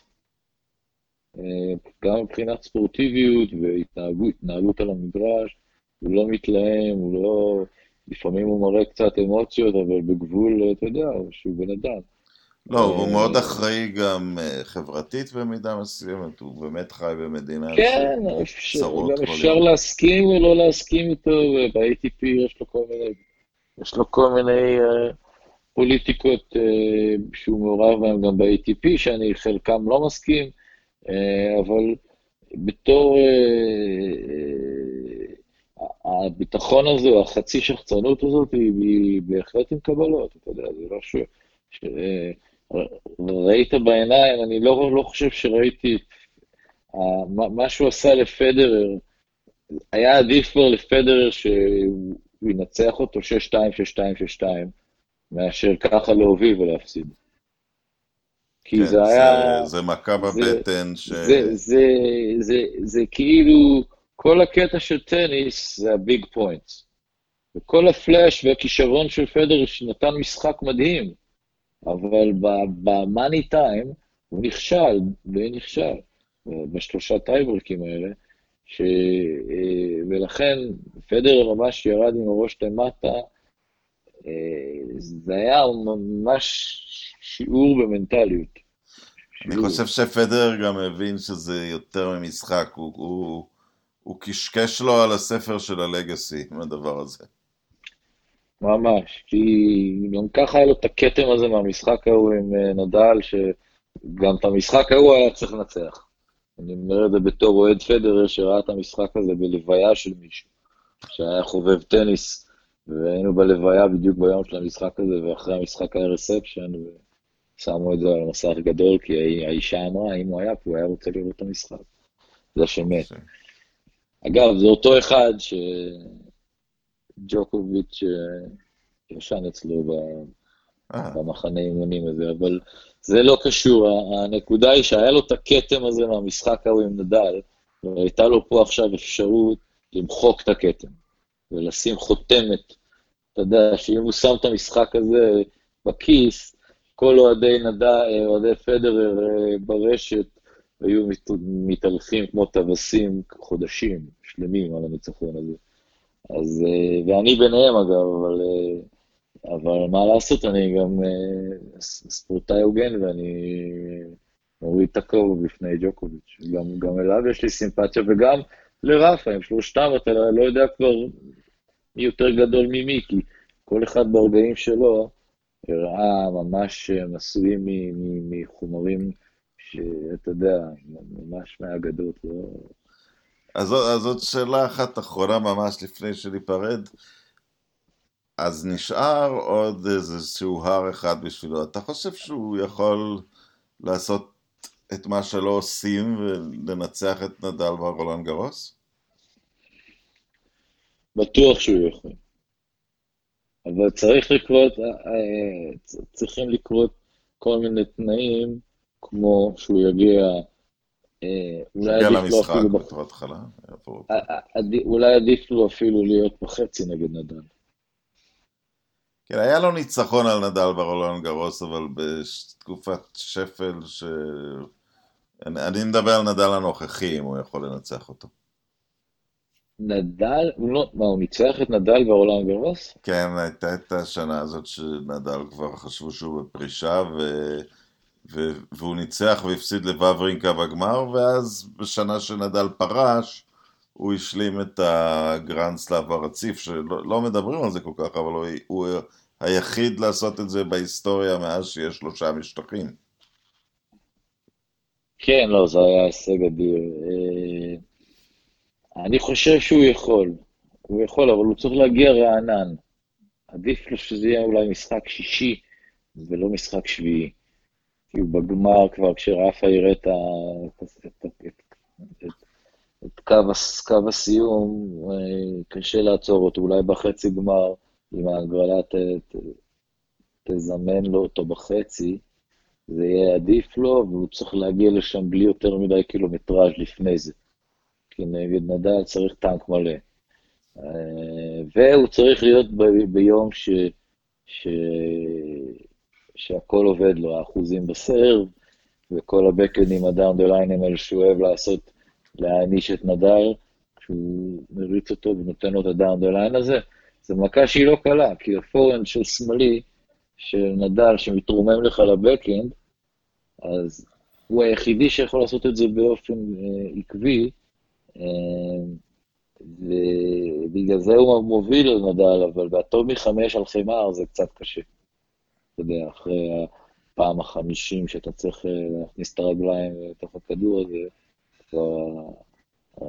אה, גם מבחינת ספורטיביות והתנהגות, התנהלות על המגרש, הוא לא מתלהם, הוא לא... לפעמים הוא מראה קצת אמוציות, אבל בגבול, אתה יודע, שהוא בן אדם. לא, הוא מאוד אה, אחראי גם אה, חברתית במידה מסוימת, הוא באמת חי במדינה כן, של אפשר, צרות גם כל אפשר יום. להסכים ולא להסכים איתו, וב-איי טי פי יש לו כל מיני, יש לו כל מיני אה, פוליטיקות אה, שהוא מעורב בהן גם ב-איי טי פי, שאני חלקם לא מסכים, אה, אבל בתור אה, אה, הביטחון הזה, או החצי שחצנות הזאת, היא, היא בהחלט עם קבלות, אתה יודע, זה לא ש... ש אה, ראית בעיניים, אני לא, לא חושב שראיתי את ה- מה מה שהוא עשה לפדרר, היה עדיף כבר לפדרר שהוא ינצח אותו שש שתיים, שש שתיים, שש שתיים, מאשר ככה להוביל ולהפסיד. כי כן, זה זה, היה, זה מכה זה, בבטן ש... זה, זה, זה, זה כאילו, כל הקטע של טניס זה הביג פוינטס. וכל הפלאש והכישרון של פדרר שנתן משחק מדהים, אבל במאני טיים הוא נכשל, די נכשל, בשלושה טייברקים האלה, ש... אה, ולכן פדרר ממש ירד עם הראש למטה, אה, זה היה ממש שיעור במנטליות. אני שיעור. חושב שפדרר גם הבין שזה יותר ממשחק, הוא, הוא, הוא קשקש לו על הספר של הלגאסי עם הדבר הזה. ממש, כי גם ככה היה לו את הכתם הזה מהמשחק ההוא עם אה, נדל, שגם את המשחק ההוא היה צריך לנצח. אני אומר את זה בתור אוהד פדרר שראה את המשחק הזה בלוויה של מישהו, שהיה חובב טניס, והיינו בלוויה בדיוק ביום של המשחק הזה, ואחרי המשחק היה רספשן, ושמו את זה על מסך גדול, כי האישה אמרה, אם הוא היה פה, הוא היה רוצה לראות את המשחק. זה שמת. אגב, זה אותו אחד שג'וקוביץ' אה, ישן אצלו ב- אה, במחנה אימונים הזה, אבל זה לא קשור, הנקודה היא שהיה לו את הכתם הזה מהמשחק ההוא עם נדל, והייתה לו פה עכשיו אפשרות למחוק את הכתם, ולשים חותמת, אתה יודע, שאם הוא שם את המשחק הזה בכיס, כל אוהדי נדל, אוהדי פדרר אה, ברשת, היו מת- מתהלכים כמו טווסים חודשים שלמים על הניצחון הזה. אז, אה, ואני ביניהם אגב, אבל... אה, אבל מה לעשות, אני גם אה, ס- ספורטאי הוגן, ואני מוריד את הכובע בפני ג'וקוביץ'. גם, גם אליו יש לי סימפתיה, וגם לרפה, עם שלושתם, אתה לא יודע כבר מי יותר גדול ממי, כי כל אחד ברגעים שלו הראה ממש עשויים מ- מ- מחומרים שאתה יודע, ממש מהאגדות, לא... אז זאת אז זאת שאלה אחת אחרונה ממש לפני שניפרד. אז נשאר עוד איזשהו הר אחד בשבילו. אתה חושב שהוא יכול לעשות את מה שלא עושים ולנצח את נדל ברולאן גרוס? בטוח שהוא יכול. אבל צריך לקרות, אה, אה, צ- צריכים לקרות כל מיני תנאים, כמו שהוא יגיע, אה, אולי שיגיע עדיף לו למשחק אפילו, בח... בתור התחלה. יעבור אה, אותו. אה, עדי- אולי עדיף לו אפילו להיות בחצי נגד נדל. כן, היה לו ניצחון על נדל ברולאן גרוס, אבל בתקופת שפל ש... אני, אני מדבר על נדל הנוכחי, אם הוא יכול לנצח אותו. נדל, הוא לא, מה, הוא ניצח את נדל בעולם גרוס? כן, הייתה את השנה הזאת שנדל כבר חשבו שהוא בפרישה, ו... ו... והוא ניצח והפסיד לוואברינקה בגמר, ואז בשנה שנדל פרש, הוא השלים את הגרנד סלאב הרציף, שלא לא מדברים על זה כל כך, אבל הוא, הוא היחיד לעשות את זה בהיסטוריה מאז שיש שלושה משטחים. כן, לא, זה היה הישג אדיר. אה, אני חושב שהוא יכול. הוא יכול, אבל הוא צריך להגיע רענן. עדיף לו שזה יהיה אולי משחק שישי, ולא משחק שביעי. כי הוא בגמר כבר, כשרפה יראה את, ה... את, את, את, את, את קו, הס- קו הסיום, אה, קשה לעצור אותו. אולי בחצי גמר, אם ההגרלה ת, ת, תזמן לו אותו בחצי, זה יהיה עדיף לו, והוא צריך להגיע לשם בלי יותר מדי קילומטראז' לפני זה. כי נגד נדל צריך טנק מלא. אה, והוא צריך להיות ב- ביום ש, ש, שהכל עובד לו, האחוזים בסרב, וכל הבקנים, הדאון דה ליינים האלה שהוא אוהב לעשות, להעניש את נדל, כשהוא מריץ אותו ונותן לו את הדאון דה ליין הזה, זה מכה שהיא לא קלה, כי הפורנד של שמאלי, של נדל שמתרומם לך לבקאנד, אז הוא היחידי שיכול לעשות את זה באופן אה, עקבי, אה, ובגלל זה הוא מוביל על נדל, אבל בהטוב מחמש על חמר זה קצת קשה. אתה יודע, אחרי הפעם החמישים שאתה צריך אה, להכניס את הרגליים לתוך הכדור הזה, כבר אה,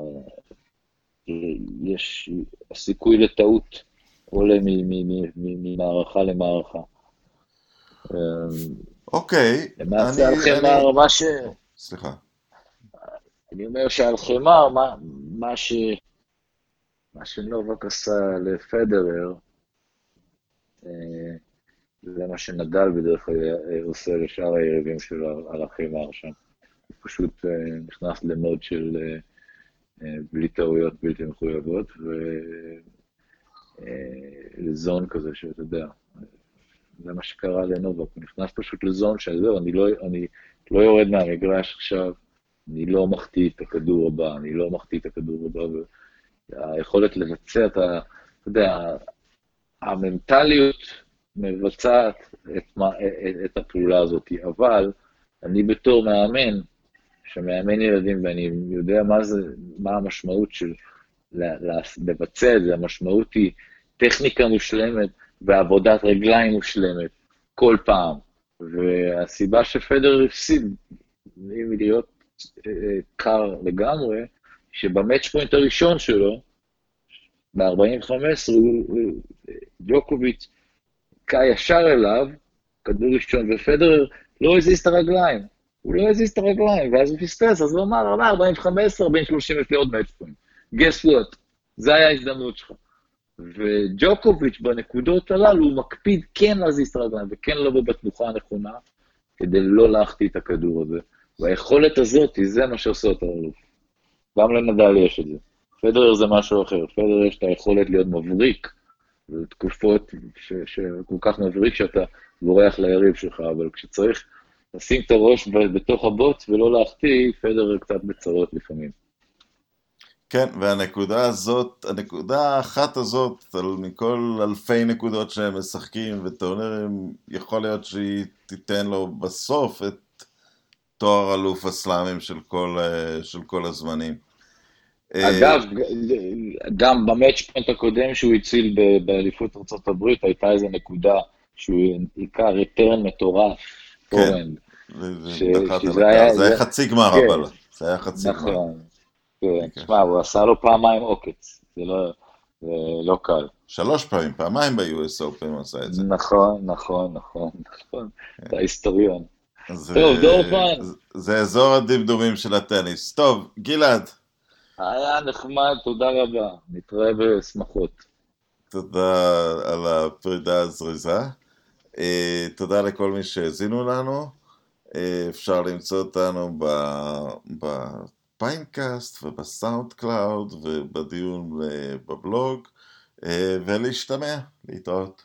יש הסיכוי לטעות עולה מ- מ- מ- מ- ממערכה למערכה. אה, אוקיי, למעשה על אני, אני, חמר, מה ש... סליחה. אני אומר שעל חמר, מה, מה ש... מה שנובק עשה לפדרר, אה, זה מה שנדל בדרך כלל אה, עושה לשאר היריבים שלו על החמר שם. הוא פשוט אה, נכנס למוד של אה, אה, בלי טעויות בלתי מחויבות, ולזון כזה שאתה יודע, זה מה שקרה לנובק, הוא נכנס פשוט לזון שזהו, אני לא, אני לא יורד מהמגרש עכשיו, אני לא מחטיא את הכדור הבא, אני לא מחטיא את הכדור הבא, והיכולת לבצע את ה... אתה יודע, המנטליות מבצעת את, מה, את, את הפעולה הזאת, אבל אני בתור מאמן, שמאמן ילדים, ואני יודע מה זה, מה המשמעות של לבצע את זה, המשמעות היא טכניקה מושלמת ועבודת רגליים מושלמת, כל פעם. והסיבה שפדר הפסיד, אם להיות אה, קר לגמרי, שבמאץ' פוינט הראשון שלו, ב-ארבעים וחמש, ג'וקוביץ' קע ישר אליו, כדור ראשון, ופדר לא הזיז את הרגליים. הוא לא הזיז את הרגליים, ואז הוא פספס, אז הוא אמר, אמר, ארבעים וחמש, ארבעים שלושים, יש לי עוד מאץ' פוינט. guess what? זה היה ההזדמנות שלך. וג'וקוביץ' בנקודות הללו, הוא מקפיד כן להזיז את הרגליים, וכן לבוא בתנוחה הנכונה, כדי לא להחטיא את הכדור הזה. והיכולת הזאת, זה מה שעושה אותו אלוף. גם לנדל יש את זה. פדרר זה משהו אחר. פדרר יש את היכולת להיות מבריק, בתקופות שכל כך מבריק שאתה בורח ליריב שלך, אבל כשצריך לשים את הראש בתוך הבוט ולא להחטיא, פדרר קצת בצרות לפעמים. כן, והנקודה הזאת, הנקודה האחת הזאת, על מכל אלפי נקודות שהם משחקים, וטורנרים, יכול להיות שהיא תיתן לו בסוף את תואר אלוף הסלאמים של כל, של כל הזמנים. אגב, גם במאץ' פוינט הקודם שהוא הציל באליפות ארצות הברית, הייתה איזו נקודה שהוא עיקר ריטרן מטורף, כן, פורנד, ש, דקרת על שזה הקו, היה, זה היה זה, חצי גמר כן, אבל, זה היה חצי גמר. נכון, כן, כן. תשמע, הוא עשה לו פעמיים עוקץ, זה לא, זה לא קל. שלוש פעמים, פעמיים ב-יו אס Open הוא עשה את זה. נכון, נכון, נכון, נכון, אתה היסטוריון. זה, טוב, דורפן, זה אזור הדמדומים של הטניס. טוב, גלעד, היה נחמד, תודה רבה, נתראה בשמחות. תודה על הפרידה הזריזה. אה, תודה לכל מי שהאזינו לנו. אה, אפשר למצוא אותנו בפיינקאסט ובסאונד קלאוד ובדיון אה, בבלוג, אה, ולהשתמע, להתראות.